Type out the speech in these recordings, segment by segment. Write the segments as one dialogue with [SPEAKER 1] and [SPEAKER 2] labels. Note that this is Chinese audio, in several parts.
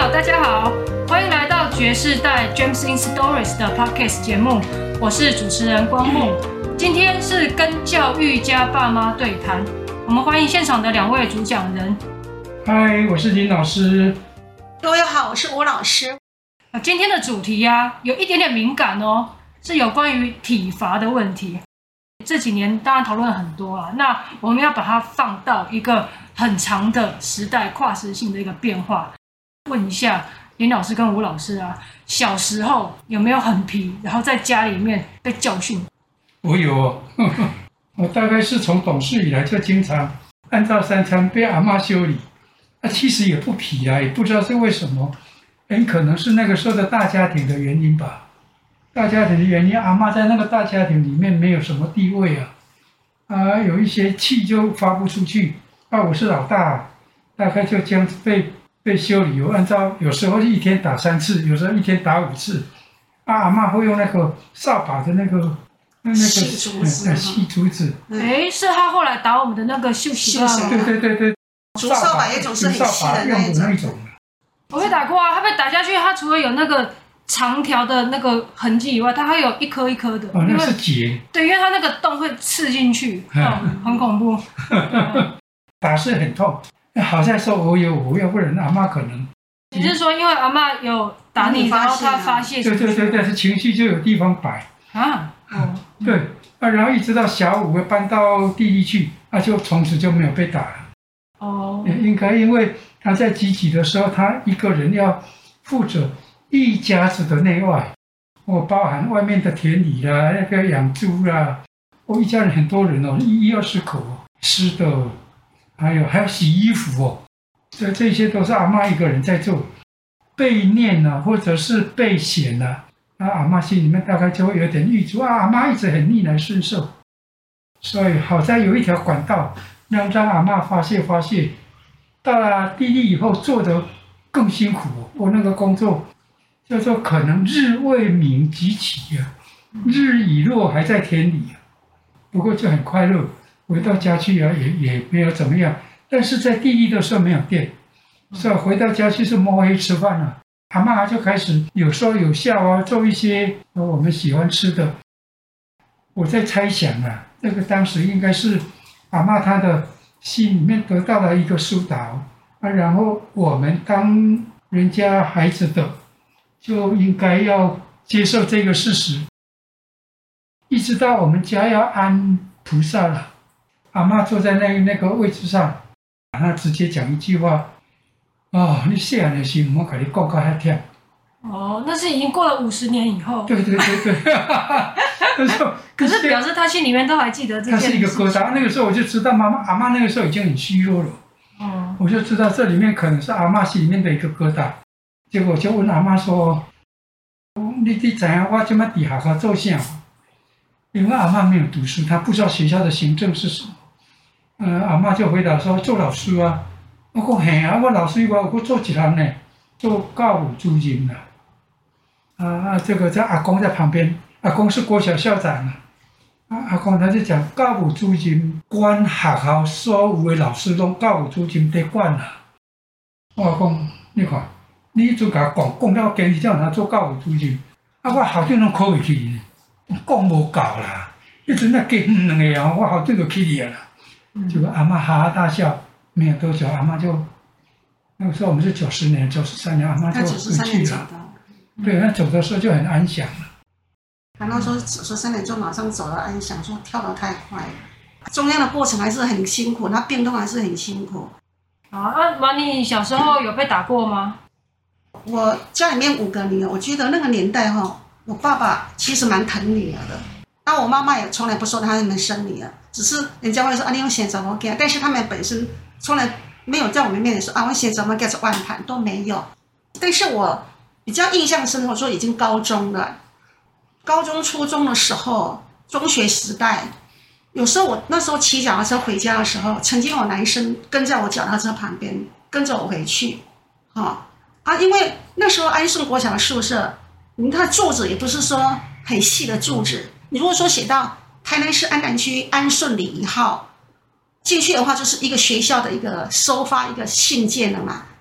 [SPEAKER 1] 大家好，欢迎来到爵士代 Gems in Stories 的 Podcast 节目，我是主持人光木。今天是跟教育家爸妈对谈，我们欢迎现场的2位主讲人。
[SPEAKER 2] 嗨，我是林老师。
[SPEAKER 3] 各位好，我是吴老师。
[SPEAKER 1] 今天的主题有一点点敏感哦，是有关于体罚的问题。这几年当然讨论很多啊，那我们要把它放到一个很长的时代跨时性的一个变化。问一下林老师跟吴老师小时候有没有很皮，然后在家里面被教训？
[SPEAKER 2] 我有我大概是从懂事以来就经常按照3餐被阿嬷修理。其实也不皮也不知道是为什么，很可能是那个时候的大家庭的原因吧。大家庭的原因，阿嬷在那个大家庭里面没有什么地位有一些气就发不出去。我是老大，大概就这样子被修理。有时候一天打3次，有时候一天打5次。阿嬷会用那个扫把的那个细竹子。
[SPEAKER 1] 是他后来打我们的那个秀喜吗？
[SPEAKER 2] 对。
[SPEAKER 3] 竹扫把一种是很细的那一种。
[SPEAKER 1] 我被打过他被打下去，他除了有那个长条的那个痕迹以外，它还有一颗一颗的。
[SPEAKER 2] 那是结。
[SPEAKER 1] 对，因为它那个洞会刺进去，很恐怖。
[SPEAKER 2] 打是很痛，好在说我有，要不然阿嬷可能。
[SPEAKER 1] 你是说因为阿嬷有打你，然后她发泄？
[SPEAKER 2] 对，是情绪就有地方摆对然后一直到小5搬到地里去，就从此就没有被打了。应该因为他在集体的时候，他一个人要负责一家子的内外，包含外面的田里啦，那个养猪啦，一家人很多人1、20口吃的，还有洗衣服这些都是阿嬷一个人在做。被念或者是被嫌阿嬷心里面大概就会有点郁卒阿嬷一直很逆来顺受，所以好在有一条管道让阿嬷发泄。到了地里以后做得更辛苦我那个工作叫做可能日未明即起日已落还在田里不过就很快乐。回到家去也没有怎么样，但是在地里的时候没有电，所以回到家去是摸黑吃饭阿嬷就开始有说有笑做一些我们喜欢吃的。我在猜想这个当时应该是阿嬷她的心里面得到了一个疏导然后我们当人家孩子的就应该要接受这个事实。一直到我们家要安菩萨了，阿嬷坐在那个位置上，她直接讲一句话你细汉的时候我跟你讲到遐忝
[SPEAKER 1] 那是已经过了50年以后。
[SPEAKER 2] 对
[SPEAKER 1] 可是表示他心里面都还记得这件事。
[SPEAKER 2] 他是一个疙瘩。那个时候我就知道阿嬷那个时候已经很虚弱了我就知道这里面可能是阿嬷心里面的一个疙瘩。结果我就问阿嬷说你知道我现在在学校做啥？因为阿嬷没有读书，她不知道学校的行政是什么阿嬷就回答说做老师我说嘿我老师我有做一行呢，做教务主任这个在阿公在旁边，阿公是国小校长阿公他就讲教务主任管学校所有的老师拢教务主任在管我讲你看你就甲我讲了坚持叫他做教务主任我校长拢考袂去呢，讲无够啦，迄阵加2个我校长就去了结果阿嬷哈哈大笑，没有多久阿嬷就那个时候我们是90年93年阿嬷就回去了。对，那走的时候就很安详了。
[SPEAKER 3] 他那时候93年就马上走了安详，说跳得太快了，中间的过程还是很辛苦，他病痛还是很辛苦。
[SPEAKER 1] 妈，你小时候有被打过吗？
[SPEAKER 3] 我家里面5个女儿，我觉得那个年代我爸爸其实蛮疼女儿的，我妈妈也从来不说他们生女儿，只是人家会说你用写怎么给，但是他们本身从来没有在我们面前说我写怎么给万盘都没有。但是我比较印象深刻，说已经高中了，高中初中的时候，中学时代，有时候我那时候骑脚踏车回家的时候，曾经有男生跟在我脚踏车旁边跟着我回去因为那时候安顺国小的宿舍，它的住址也不是说很细的住址，你如果说写到台南市安南区安顺里1号进去的话，就是一个学校的一个收发一个信件了嘛，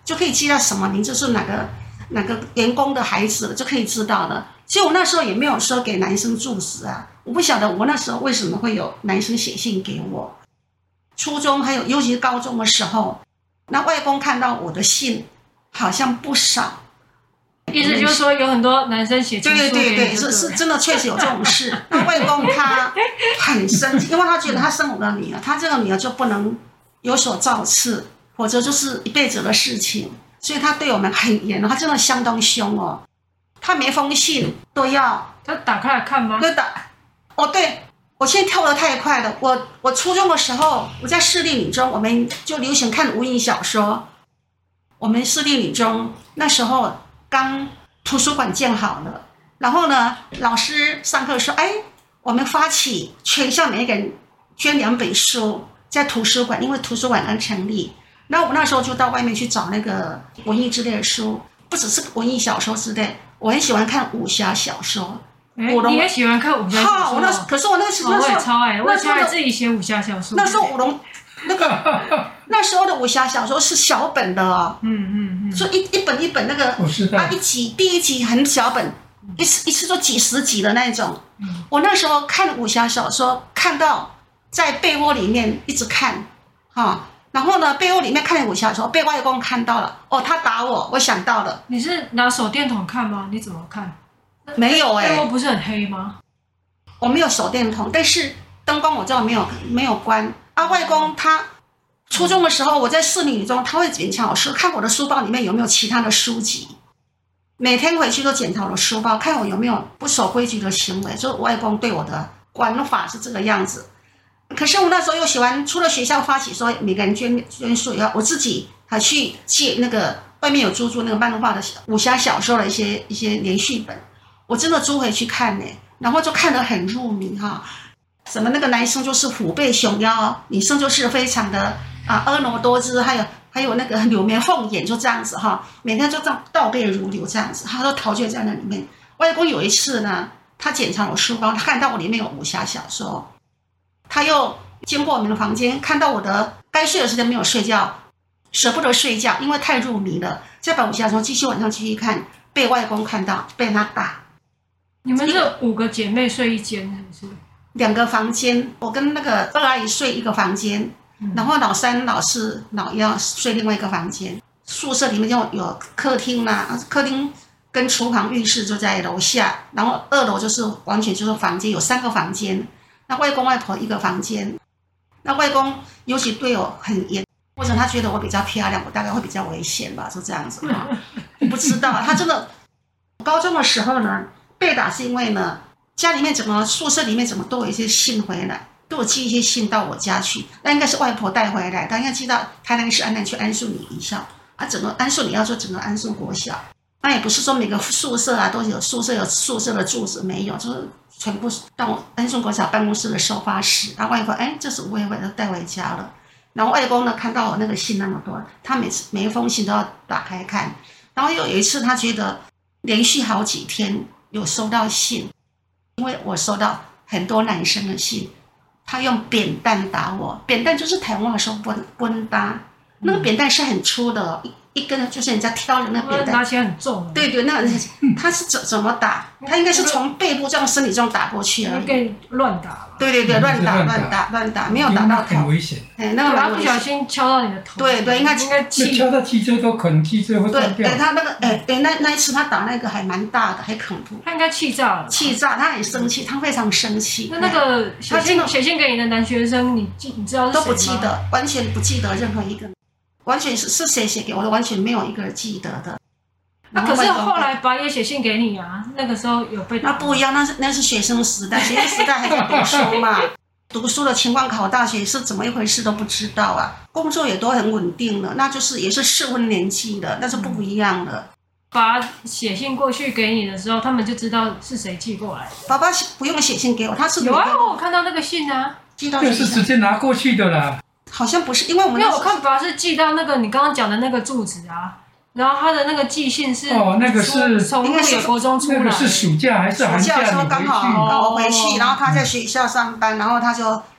[SPEAKER 3] 就可以记到什么名字是哪个员工的孩子了，就可以知道了。其实我那时候也没有说给男生住址啊，我不晓得我那时候为什么会有男生写信给我。初中还有尤其是高中的时候，那外公看到我的信好像不少。
[SPEAKER 1] 意思就是说有很多男生写情书给你。
[SPEAKER 3] 对，是真的，确实有这种事。那外公他很生气，因为他觉得他生我的女儿，他这个女儿就不能有所造次，否则就是一辈子的事情，所以他对我们很严，他真的相当凶哦。他每封信都要
[SPEAKER 1] 他打开来看吗？
[SPEAKER 3] 对的。哦，对，我现在跳得太快了。我初中的时候，我在市立女中，我们就流行看文艺小说。我们市立女中那时候刚图书馆建好了，然后呢，老师上课说，我们发起全校每一个人捐2本书在图书馆，因为图书馆刚成立。那我那时候就到外面去找那个文艺之类的书，不只是文艺小说之类，我很喜欢看武侠小说。
[SPEAKER 1] 你也喜欢看武侠小说？
[SPEAKER 3] 可是我那个时候，
[SPEAKER 1] 我也超爱，我超爱自己写武侠小说。
[SPEAKER 3] 那时候武龙那时候的武侠小说是小本的哦，所以一本一本那个第一集很小本，一次就几十集的那种。我那时候看武侠小说，看到在被窝里面一直看，然后呢，被窝里面看武侠小说，被外公看到了，他打我，我想到了。
[SPEAKER 1] 你是拿手电筒看吗？你怎么看？
[SPEAKER 3] 没有
[SPEAKER 1] 被窝不是很黑吗？
[SPEAKER 3] 我没有手电筒，但是灯光我知道没有关。外公他初中的时候，我在市立女中，他会检查我书，看我的书包里面有没有其他的书籍。每天回去都检查我的书包，看我有没有不守规矩的行为。就外公对我的管法是这个样子。可是我那时候又喜欢，除了学校发起说每个人捐书以外，我自己还去借那个外面有租那个漫画的武侠小说的一些连续本，我真的租回去看呢，然后就看得很入迷哈。什么那个男生就是虎背熊腰，女生就是非常的婀娜多姿，还有那个柳眉凤眼，就这样子哈，每天就这样倒背如流这样子，他都陶醉在那里面。外公有一次呢，他检查我书包，他看到我里面有武侠小说，他又经过我们的房间，看到我的该睡的时间没有睡觉，舍不得睡觉，因为太入迷了，再把武侠小说晚上继续看，被外公看到，被他打。
[SPEAKER 1] 你们这5个姐妹睡一间是不是
[SPEAKER 3] ？2个房间，我跟那个2阿姨睡一个房间，然后老3、老4、老1睡另外一个房间。宿舍里面就有客厅啦，客厅跟厨房、浴室就在楼下，然后2楼就是完全就是房间，有3个房间。那外公外婆一个房间，那外公尤其对我很严，或者他觉得我比较漂亮，我大概会比较危险吧，就这样子哈。我不知道，他真的。高中的时候呢，被打是因为呢。家里面宿舍里面怎么都有一些信回来，都有寄一些信到我家去，那应该是外婆带回来，她应该寄到台南市安南区安顺女一校，整个安顺女要说整个安顺国小，那也不是说每个宿舍都有宿舍的住址，没有，就是全部到安顺国小办公室的收发室，然后外婆这是误会都带回家了，然后外公呢看到我那个信那么多，他每一封信都要打开看，然后有一次他觉得连续好几天有收到信。因为我收到很多男生的信，他用扁担打我，扁担就是台湾说棍打，那个扁担是很粗的，一根就是人家挑的那个扁担，
[SPEAKER 1] 拿起来很重。
[SPEAKER 3] 对，那他是怎么打？他应该是从背部这样身体这样打过去而已。
[SPEAKER 1] 跟乱打了。
[SPEAKER 3] 对，乱打，没有打到头。
[SPEAKER 2] 很危险。
[SPEAKER 3] 那个
[SPEAKER 1] 他不小心敲到你的头。对，
[SPEAKER 3] 应该
[SPEAKER 2] 敲到汽车都可能汽车会断掉。
[SPEAKER 3] 对，他那个那一次他打那个还蛮大的，还恐怖。
[SPEAKER 1] 他应该气炸了。气炸，
[SPEAKER 3] 他很生气，他非常生气。
[SPEAKER 1] 那个写信给你的男学生，你知道是谁吗？
[SPEAKER 3] 都不记得，完全不记得任何一个，完全是谁写给我的，完全没有一个人记得的。
[SPEAKER 1] 可是后来爸也写信给你啊，那个时候有被打。
[SPEAKER 3] 那不一样，那是学生时代，学生时代还在读书嘛，读书的情况考大学是怎么一回事都不知道啊，工作也都很稳定了，那就是也是适婚年纪的，那是不一样的。
[SPEAKER 1] 爸写信过去给你的时候，他们就知道是谁寄过来的。
[SPEAKER 3] 爸爸不用写信给我，他是
[SPEAKER 1] 有啊，我看到那个信啊，
[SPEAKER 3] 寄到
[SPEAKER 2] 那是直接拿过去的啦。
[SPEAKER 3] 好像不是，因为
[SPEAKER 1] 我看爸是寄到那个你刚刚讲的那个住址啊。然后他的那个寄信是
[SPEAKER 2] 那个是
[SPEAKER 1] 从陆野国中出来，
[SPEAKER 2] 那个是暑假还是寒假？
[SPEAKER 3] 暑假的时候刚好我回去，然后他在学校上班，然后他就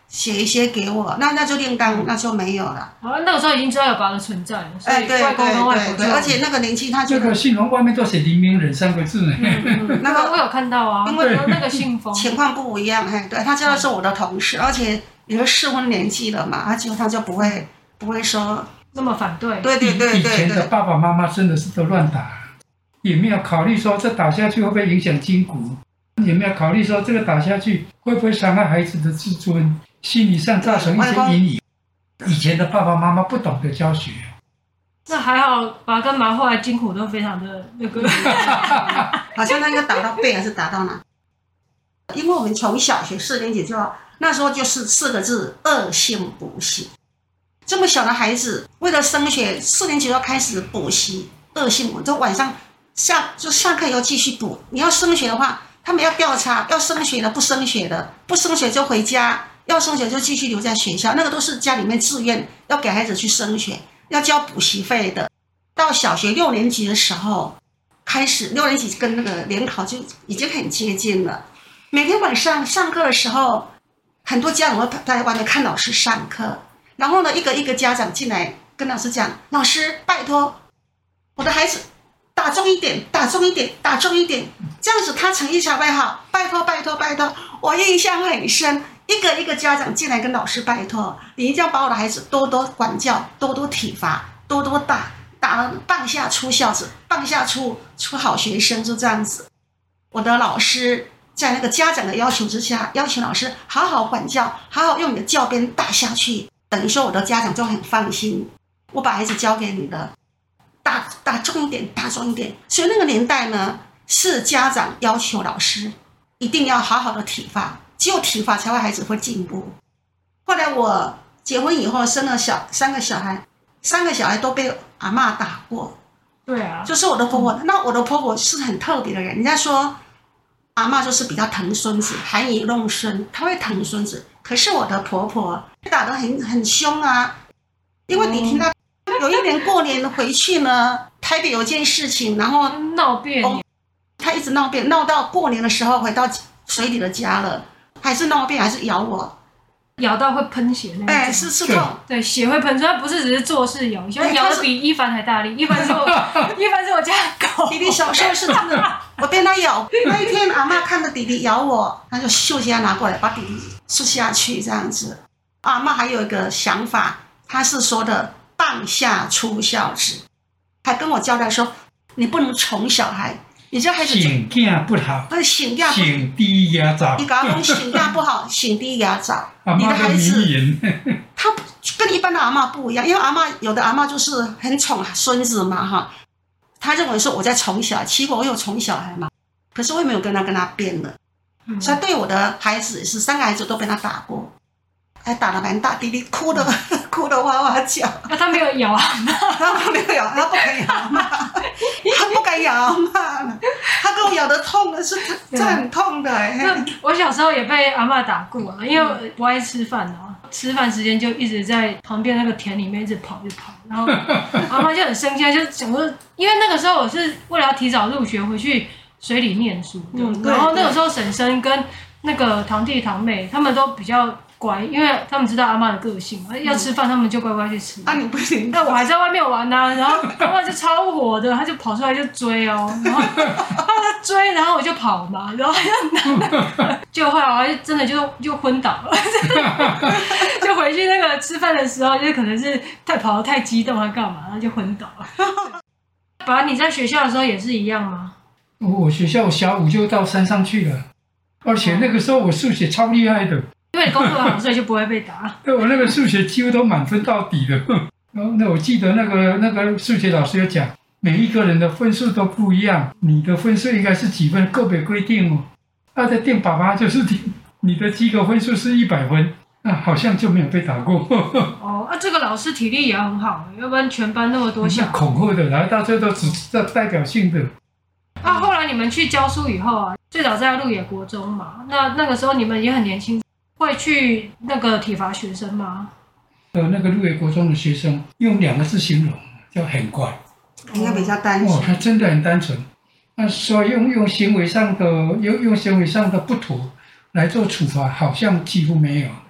[SPEAKER 3] 写一些给我，那就另当，那就没有了。
[SPEAKER 1] 那个时候已经知道有爸的存在了，所以外公跟外婆
[SPEAKER 3] 对，而且那个年纪他
[SPEAKER 2] 这个信封外面都写黎明人3个字呢。
[SPEAKER 1] 那个我有看到啊，因为那个信封
[SPEAKER 3] 情况不一样，对，他知道是我的同事，而且也是适婚年纪了嘛，他就不会说
[SPEAKER 1] 那么反对。
[SPEAKER 3] 对。
[SPEAKER 2] 以前的爸爸妈妈真的是都乱打，也没有考虑说这打下去会不会影响筋骨，也没有考虑说这个打下去会不会伤害孩子的自尊，心理上造成一些阴影。以前的爸爸妈妈不懂得教学。
[SPEAKER 1] 那还好，爸跟妈后来筋骨都非常的那个。
[SPEAKER 3] 好像那个打到背还是打到哪？因为我们从小学4年级那时候就是4个字：恶性补习。这么小的孩子为了升学，4年级就要开始补习，恶性补，就晚上下课以后继续补。你要升学的话，他们要调查，要升学的不升学的，不升学就回家，要升学就继续留在学校，那个都是家里面自愿要给孩子去升学，要交补习费的。到小学6年级的时候开始，6年级跟那个联考就已经很接近了。每天晚上上课的时候，很多家长会在外面看老师上课，然后呢，一个家长进来跟老师讲：“老师，拜托我的孩子打中一点，打中一点，打中一点，这样子他成绩才会好。拜托。”我印象很深，一个家长进来跟老师拜托，你一定要把我的孩子多多管教，多多体罚，多多打了棒下出孝子，棒下出好学生，就这样子。我的老师在那个家长的要求之下，要求老师好好管教，好好用你的教鞭打下去。等于说我的家长就很放心，我把孩子交给你了，打重一点，打重一点。所以那个年代呢，是家长要求老师一定要好好的体罚，只有体罚才会孩子会进步。后来我结婚以后生了3个小孩，3个小孩都被阿嬷打过。
[SPEAKER 1] 对啊，
[SPEAKER 3] 就是我的婆婆。那我的婆婆是很特别的人，人家说阿嬷就是比较疼孙子，含饴弄孙，她会疼孙子。可是我的婆婆打得很凶啊，因为你听到有一年过年回去呢，台北有件事情，然后
[SPEAKER 1] 闹别扭，
[SPEAKER 3] 她一直闹别扭，闹到过年的时候回到水里的家了，还是闹别扭，还是咬我。
[SPEAKER 1] 咬到会喷血那种，
[SPEAKER 3] 是痛，
[SPEAKER 1] 对，血会喷出来，不是只是做事咬一下，咬的比一凡还大力。一凡是我家的狗。
[SPEAKER 3] 弟弟小时候是真的，我被他咬。那一天阿嬷看着弟弟咬我，他就袖子拿过来把弟弟吃下去，这样子。阿嬷还有一个想法，他是说的棒下出孝子，还跟我交代说，你不能宠小孩。你这孩子
[SPEAKER 2] 性格不好，性低压早。
[SPEAKER 3] 你搞讲性格不好，性低压早。你的孩子，他跟一般的阿嬷不一样，因为有的阿嬷就是很宠孙子嘛哈。他认为说我在宠小孩，其实我有宠小孩嘛，可是我也没有跟他辩了。所以对我的孩子也是3个孩子都被他打过，还打得蛮大，弟弟哭得哇哇叫。
[SPEAKER 1] 那他没有咬啊？
[SPEAKER 3] 他没有咬，他不敢咬阿嬷，他不敢咬阿嬷了。他跟我咬得痛的是，这很痛的。
[SPEAKER 1] 我小时候也被阿嬷打过啊，因为不爱吃饭啊，吃饭时间就一直在旁边那个田里面一直跑，然后阿嬷就很生气，就想说，因为那个时候我是为了要提早入学回去水里念书的，然后那个时候婶婶跟那个堂弟堂妹他们都比较乖，因为他们知道阿嬷的个性嘛，要吃饭他们就乖乖去吃。
[SPEAKER 3] 你不行，
[SPEAKER 1] 但我还在外面玩啊，然后阿嬷就超火的，他就跑出来就追哦，然后他追，然后我就跑嘛，然后就后来我真的就昏倒了，就回去那个吃饭的时候，就可能是跑得太激动还干嘛，然后就昏倒了。爸，你在学校的时候也是一样吗？
[SPEAKER 2] 我学校小5就到山上去了，而且那个时候我数学超厉害的。
[SPEAKER 1] 因为你功课好，所以就不会被打。
[SPEAKER 2] 对，我那个数学几乎都满分到底的。然后那我记得那个数学老师有讲，每一个人的分数都不一样，你的分数应该是几分，个别规定哦。在定爸爸就是定你的及格分数是100分，那好像就没有被打过。
[SPEAKER 1] 这个老师体力也很好，要不然全班那么多小孩。
[SPEAKER 2] 恐吓的，然后到最后都只是代表性的。
[SPEAKER 1] 后来你们去教书以后啊，最早在鹿野国中嘛，那个时候你们也很年轻。会去那个体罚学生吗？
[SPEAKER 2] 那个鹿野国中的学生用2个字形容，叫很乖，
[SPEAKER 3] 应该比较单纯。
[SPEAKER 2] 他真的很单纯。那所以用行为上的不妥来做处罚，好像几乎没有。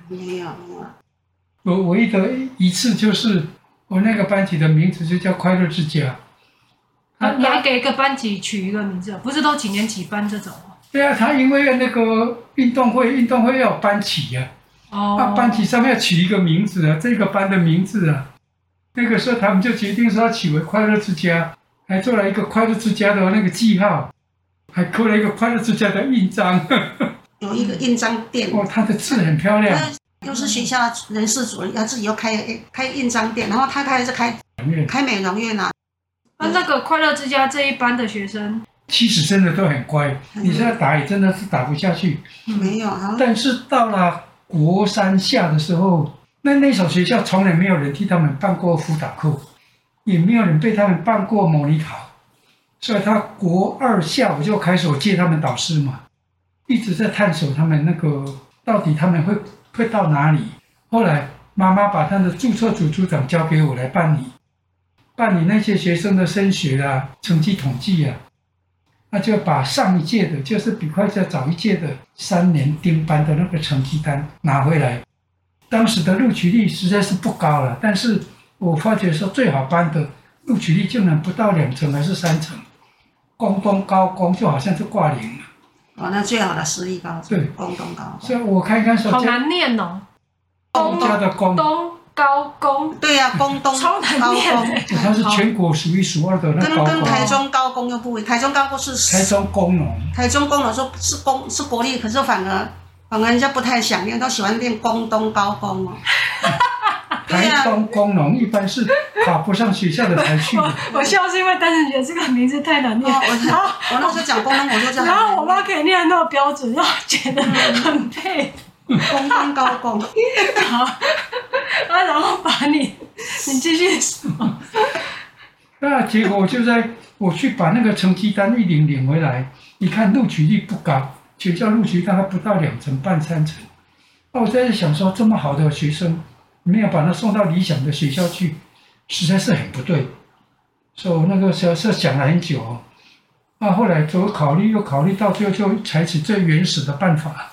[SPEAKER 3] 没有。
[SPEAKER 2] 我唯一的一次就是我那个班级的名字就叫快乐之家。
[SPEAKER 1] 你还给一个班级取一个名字，不是都几年几班这种吗？
[SPEAKER 2] 对啊，他因为那个运动会要有班旗啊，班旗上面要取一个名字啊，这个班的名字啊。那个时候他们就决定说要取为快乐之家，还做了一个快乐之家的那个记号，还刻了一个快乐之家的印章。
[SPEAKER 3] 有一个印章店。
[SPEAKER 2] 他的字很漂亮。
[SPEAKER 3] 又是学校人事主任，要自己又开印章店，然后他开美容院啊。
[SPEAKER 1] 那个快乐之家这一班的学生，
[SPEAKER 2] 其实真的都很乖，你现在打也真的是打不下去。
[SPEAKER 3] 没有啊。
[SPEAKER 2] 但是到了国三下的时候，那所学校从来没有人替他们办过辅导课，也没有人被他们办过模拟考，所以他国二下我就开始借他们导师嘛，一直在探索他们那个到底他们会到哪里。后来妈妈把他的注册组组长交给我来办理那些学生的升学啊、成绩统计啊，那就把上一届的，就是比快再早一届的3年丁班的那个成绩单拿回来。当时的录取率实在是不高了，但是我发觉说最好班的录取率竟然不到2成还是3成，工东高工就好像是挂零了。
[SPEAKER 3] 那最好的私立高中。对，工东高工。
[SPEAKER 2] 所以我看说
[SPEAKER 1] 好难念哦。
[SPEAKER 2] 东家的工。
[SPEAKER 1] 东高工。
[SPEAKER 3] 对呀，工东
[SPEAKER 1] 超难念。
[SPEAKER 2] 它是全国数一数二的那高工。
[SPEAKER 3] 跟台中高工又不一样，台中高工是
[SPEAKER 2] 台中工农。
[SPEAKER 3] 台中工农说是国立，可是反而人家不太想念，都喜欢念工东高工哦。
[SPEAKER 2] 台中工农一般是考不上学校的才去的。
[SPEAKER 1] 我笑是因为单纯觉得这个名字太难念。
[SPEAKER 3] 我那时候讲工农，我就这样。
[SPEAKER 1] 然后我妈可以念那么标准，让我觉得很配。
[SPEAKER 3] 工东高工。
[SPEAKER 1] 好，然后你继续说。
[SPEAKER 2] 那结果我去把那个成绩单领回来，一看录取率不高，学校录取大概不到2成半3成。我在想说，这么好的学生没有把他送到理想的学校去，实在是很不对。所以我那个时候是想了很久。后来又考虑到最后就采取最原始的办法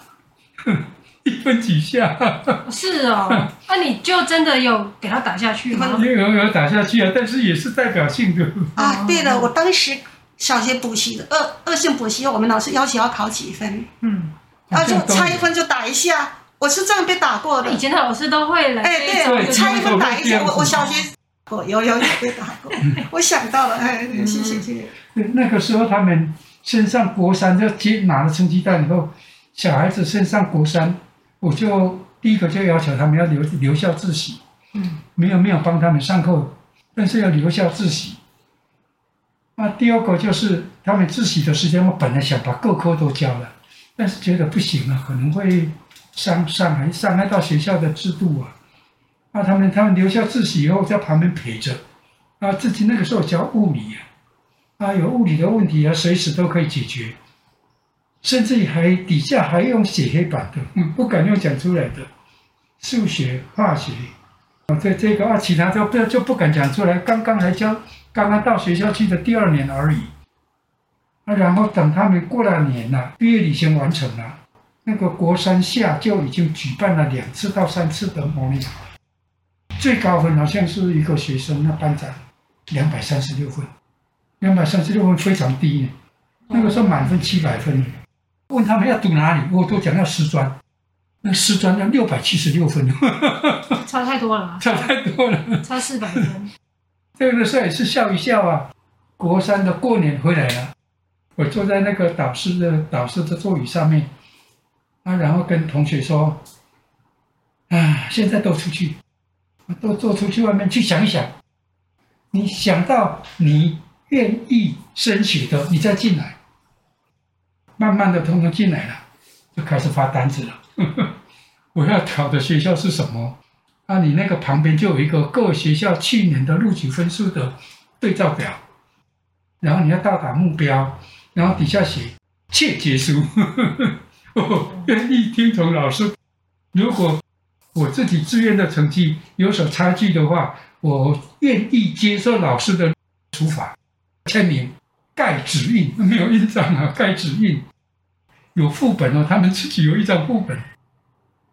[SPEAKER 2] ，1分几下。
[SPEAKER 1] 是哦，那你就真的有给他打下去吗？
[SPEAKER 2] 有打下去啊，但是也是代表性的。
[SPEAKER 3] 对了，我当时小学补习的恶性补习，我们老师要求要考几分，然后就差1分就打一下，我是这样被打过的。
[SPEAKER 1] 以前的老师都会来。
[SPEAKER 3] 对，差1分打一下，我小学有被打过。我想到了，谢谢。
[SPEAKER 2] 那个时候他们升上国三就拿了成绩单以后，小孩子升上国三，我就第一个就要求他们要留校自习，没有帮他们上课，但是要留校自习。第二个就是他们自习的时间，我本来想把各科都教了，但是觉得不行了，可能会伤害到学校的制度啊。他们留校自习以后在旁边陪着，自己那个时候教物理有物理的问题随时都可以解决，甚至底下还用写黑板的，不敢用讲出来的，数学、化学，这个其他就不敢讲出来。刚刚到学校去的第2年而已，然后等他们过了年了，毕业旅行完成了，那个国三下就已经举办了2次到3次的模拟考，最高分好像是一个学生，那班长236分。236分非常低呢，那个时候满分700分。问他们要读哪里，我都讲要师专，那师专要676分，
[SPEAKER 1] 差太多了，
[SPEAKER 2] 差
[SPEAKER 1] 400分。
[SPEAKER 2] 这个时候也是笑一笑啊。国三的过年回来了，我坐在那个导师的座椅上面，然后跟同学说，现在都出去外面去想一想，你想到你愿意升学的，你再进来，慢慢的统统进来了，就开始发单子了。我要考的学校是什么？你那个旁边就有一个各学校去年的录取分数的对照表，然后你要到达目标，然后底下写切结书，愿意听从老师。如果我自己自愿的成绩有所差距的话，我愿意接受老师的处罚。签名盖指印，没有印章盖指印，有副本他们自己有一张副本。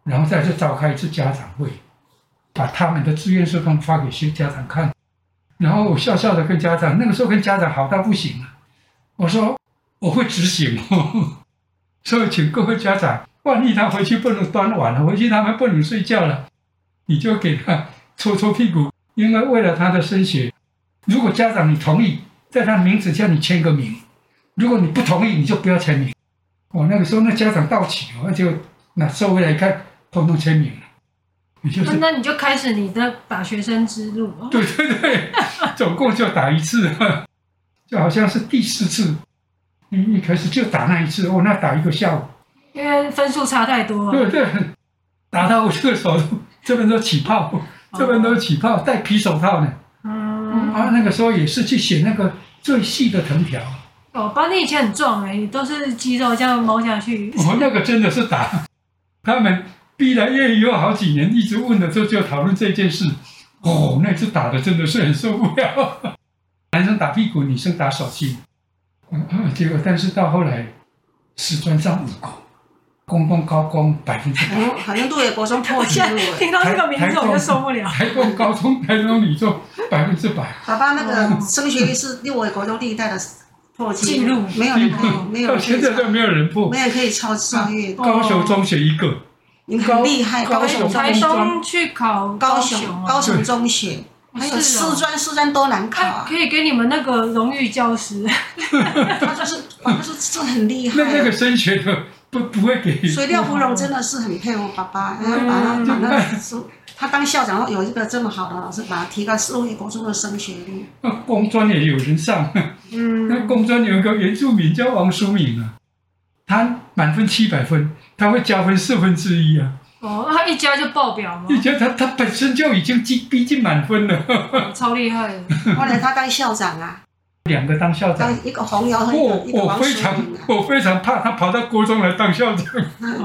[SPEAKER 2] 然后再去召开一次家长会，把他们的志愿社工发给家长看。然后我笑笑的跟家长，那个时候跟家长好到不行了。我说我会执行哦，所以请各位家长，万一他回去不能端碗了，回去他们不能睡觉了，你就给他搓搓屁股，因为为了他的升学，如果家长你同意，在他名字叫你签个名，如果你不同意，你就不要签名。那个时候那家长到齐哦，就拿收回来看，统统签名了。
[SPEAKER 1] 那你就开始你的打学生之路。
[SPEAKER 2] 对对对，总共就打一次，就好像是第4次，一开始就打那一次，那打1个下午，
[SPEAKER 1] 因为分数差太多了。
[SPEAKER 2] 对对，打到我这个手这边都起泡，这边都起泡，戴皮手套呢。那个时候也是去选那个最细的藤条。
[SPEAKER 1] 爸，你以前很壮你都是肌肉这样猫下去。
[SPEAKER 2] 那个真的是打，他们逼来业余后好几年，一直问的时候就讨论这件事。那次打的真的是很受不了，男生打屁股，女生打手心。结果但是到后来，师专上5个，公共高工100%。
[SPEAKER 3] 好像鹿野国中破纪录。
[SPEAKER 1] 听到这个名字我就受不了。
[SPEAKER 2] 台中高中、台中女中100%。
[SPEAKER 3] 爸爸那个升学率是鹿野国中第一代的破纪录，没有人破，没有人
[SPEAKER 2] 到现在都没有人破，
[SPEAKER 3] 没有人可以超越。
[SPEAKER 2] 高雄中学1个。
[SPEAKER 3] 你很厉害，高雄
[SPEAKER 1] 台中去考
[SPEAKER 3] 高雄中学，还有四专都难考啊。
[SPEAKER 1] 可以给你们那个荣誉教师。
[SPEAKER 3] 他就是很厉害。
[SPEAKER 2] 那个升学的不会给。
[SPEAKER 3] 所以廖福荣真的是很佩服爸爸，他当校长后有一个这么好的老师，把他提高鹿野国中的升学率。
[SPEAKER 2] 工专也有人上，那工专有一个原住民叫王淑敏啊，他满分700分。他会加分1/4啊！
[SPEAKER 1] 他一加就爆表吗？
[SPEAKER 2] 一加他本身就已经逼近满分了，
[SPEAKER 1] 超厉害的。
[SPEAKER 3] 后来他当校长啊
[SPEAKER 2] ，2个当校长，
[SPEAKER 3] 一个洪尧和一个王淑敏。
[SPEAKER 2] 我非常怕他跑到国中来当校长。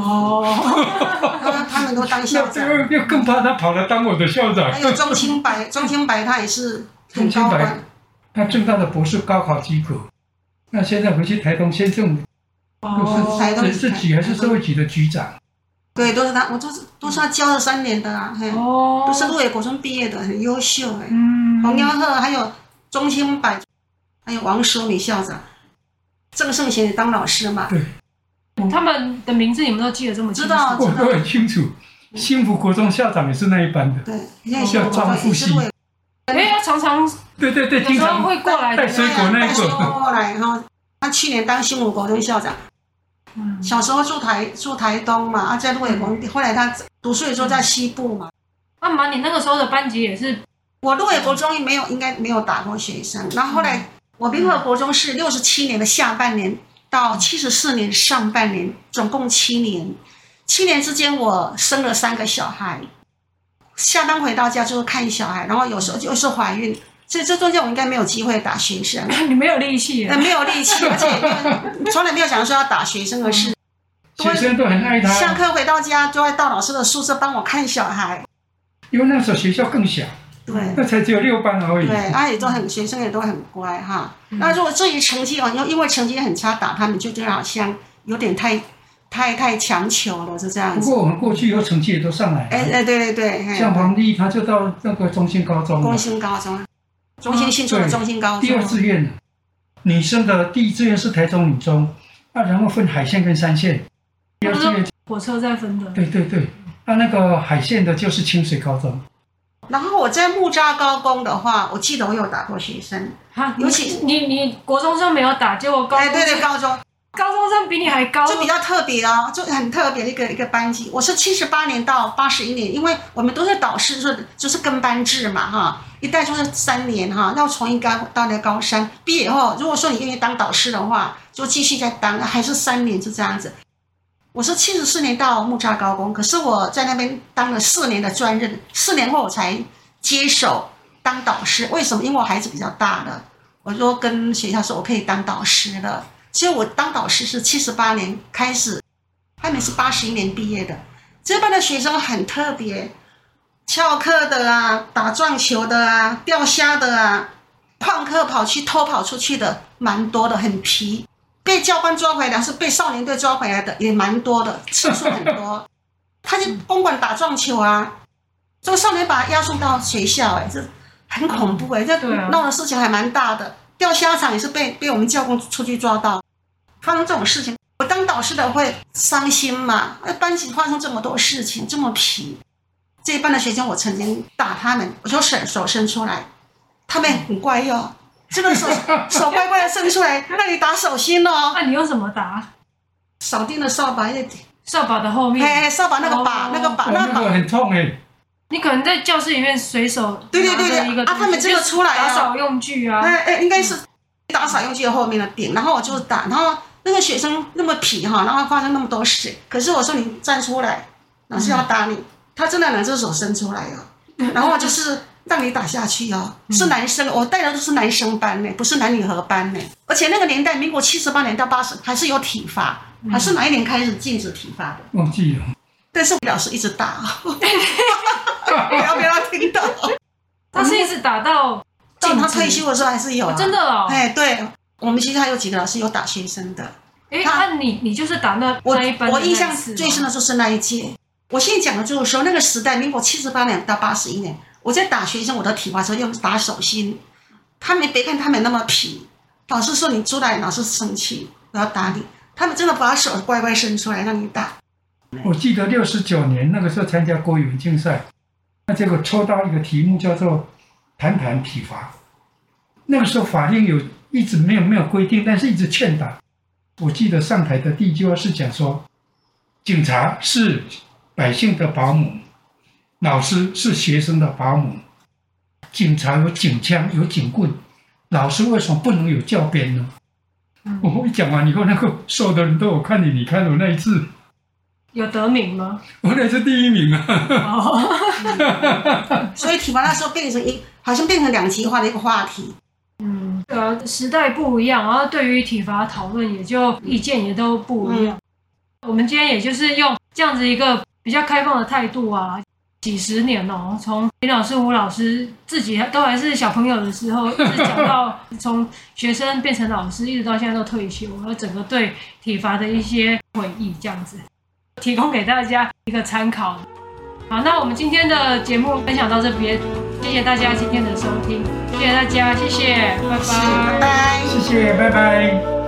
[SPEAKER 3] 他们都当校长，
[SPEAKER 2] 又更怕他跑来当我的校长。
[SPEAKER 3] 还有钟清白他也是很高分，
[SPEAKER 2] 他政大的博士高考及格，那现在回去台东县政府。是局还是社会局的局长？
[SPEAKER 3] 对，都是他，都是他教了3年的啊，都是鹿野国中毕业的，很优秀洪尧鹤还有钟清白，还有王淑敏校长，郑胜贤也当老师嘛。
[SPEAKER 2] 对，
[SPEAKER 1] 他们的名字你们都记得这么清楚？
[SPEAKER 3] 知道，
[SPEAKER 2] 我都很清楚。幸福国中校长也是那一班的，
[SPEAKER 3] 对，
[SPEAKER 2] 叫庄富熙。
[SPEAKER 1] 他常常
[SPEAKER 2] 对，经常
[SPEAKER 1] 会过来
[SPEAKER 2] 带水果那一个。
[SPEAKER 3] 带水果过来，然后他去年当幸福国中校长。小时候住台东嘛，在鹿野国，后来他读书的时候在西部嘛。
[SPEAKER 1] 妈，你那个时候的班级也是？
[SPEAKER 3] 我鹿野国中应该没有打过学生，然后后来我滨河国中是67年的下半年到74年上半年，总共7年。7年之间我生了3个小孩，下班回到家就是看小孩，然后有时候就是怀孕。所以这中间我应该没有机会打学生。
[SPEAKER 1] 你没有力气
[SPEAKER 3] 没有力气，而且从来没有想说要打学生的事。
[SPEAKER 2] 学生都很爱他。
[SPEAKER 3] 下课回到家就会到老师的宿舍帮我看小孩。
[SPEAKER 2] 因为那时候学校更小，
[SPEAKER 3] 对，
[SPEAKER 2] 那才只有6班而已。
[SPEAKER 3] 对，学生也都很乖哈。那如果至于成绩因为成绩很差，打他们就觉得好像有点太强求了，是这样子。
[SPEAKER 2] 不过我们过去以后成绩也都上来了。
[SPEAKER 3] 对。
[SPEAKER 2] 像黄丽他就到那个中兴高中。
[SPEAKER 3] 中兴新出的中兴高中。
[SPEAKER 2] 第2志愿，女生的第1志愿是台中女中，然后分海线跟山线。第2志愿
[SPEAKER 1] 火车再分的。
[SPEAKER 2] 对，那个海线的就是清水高中。
[SPEAKER 3] 然后我在木栅高工的话，我记得我有打过学生。
[SPEAKER 1] 尤其你国中生没有打，结果高中。
[SPEAKER 3] 对，高中生比你还高， 就比较特别啊，就很特别的一个班级。我是78年到81年，因为我们都是导师，就是跟班制嘛哈，一代就是3年哈，要从一高到那高3，毕业后如果说你愿意当导师的话，就继续再当，还是3年就这样子。我是74年到木栅高工，可是我在那边当了4年的专任，4年后我才接手当导师。为什么？因为我孩子比较大了，我就跟学校说我可以当导师了。所以我当导师是78年开始，他们是81年毕业的。这班的学生很特别，翘课的啊，打撞球的啊，钓虾的啊，旷课偷跑出去的蛮多的，很皮。被教官抓回来是被少年队抓回来的也蛮多的，次数很多。 他就公馆打撞球啊，这个少年把他押送到学校，这很恐怖这闹的事情还蛮大的。钓虾场也是被我们教工出去抓到，发生这种事情，我当导师的会伤心嘛？班级发生这么多事情，这么皮，这一班的学生我曾经打他们，我就手伸出来，他们很乖哟，这个手乖乖的伸出来，让你打手心哦。
[SPEAKER 1] 那你用什么打？
[SPEAKER 3] 扫地的扫把，
[SPEAKER 1] 扫把的后面，
[SPEAKER 3] 扫把那个把，那个
[SPEAKER 2] 很痛
[SPEAKER 1] 你可能在教室里面随手
[SPEAKER 3] 对他们真的出来
[SPEAKER 1] 打扫用具啊，
[SPEAKER 3] 应该是打扫用具的后面的顶，然后我就打，然后那个学生那么皮哈，然后发生那么多事，可是我说你站出来，老师要打你，他真的两只手伸出来然后就是让你打下去是男生，我带的都是男生班不是男女合班而且那个年代，民国78年到80还是有体罚，还是哪一年开始禁止体罚的？
[SPEAKER 2] 忘记了。
[SPEAKER 3] 但是老师一直打，不要听到。
[SPEAKER 1] 他是一直打到
[SPEAKER 3] 他退休的时候还是有
[SPEAKER 1] 真的
[SPEAKER 3] 对，我们学校还有几个老师有打学生的。
[SPEAKER 1] 那你就是打那一班？
[SPEAKER 3] 我印象最深的就是那一届。我现在讲的就是说，那个时代，民国78年到81年，我在打学生，我的体罚时候用打手心。他们别看他们那么皮，老师说你出来，老师生气，我要打你。他们真的把手乖乖伸出来让你打。
[SPEAKER 2] 我记得69年那个时候参加国语文竞赛，那结果抽到一个题目叫做谈谈体罚。那个时候法令一直没有规定，但是一直劝打。我记得上台的第一句话是讲说，警察是百姓的保姆，老师是学生的保姆。警察有警枪有警棍，老师为什么不能有教鞭呢？我一讲完以后，那个所有的人都有看你看我那一次
[SPEAKER 1] 有得名吗？
[SPEAKER 2] 我那是第1名
[SPEAKER 3] 所以体罚那时候好像变成2极化的一个话题。
[SPEAKER 1] 时代不一样，然后对于体罚讨论也就意见也都不一样。我们今天也就是用这样子一个比较开放的态度几十年从林老师、吴老师自己都还是小朋友的时候，一直讲到从学生变成老师，一直到现在都退休，然后整个对体罚的一些回忆，这样子提供给大家一个参考。好，那我们今天的节目分享到这边，谢谢大家今天的收听，谢谢大家，谢谢，拜拜，
[SPEAKER 3] 拜拜，
[SPEAKER 2] 谢谢，拜拜。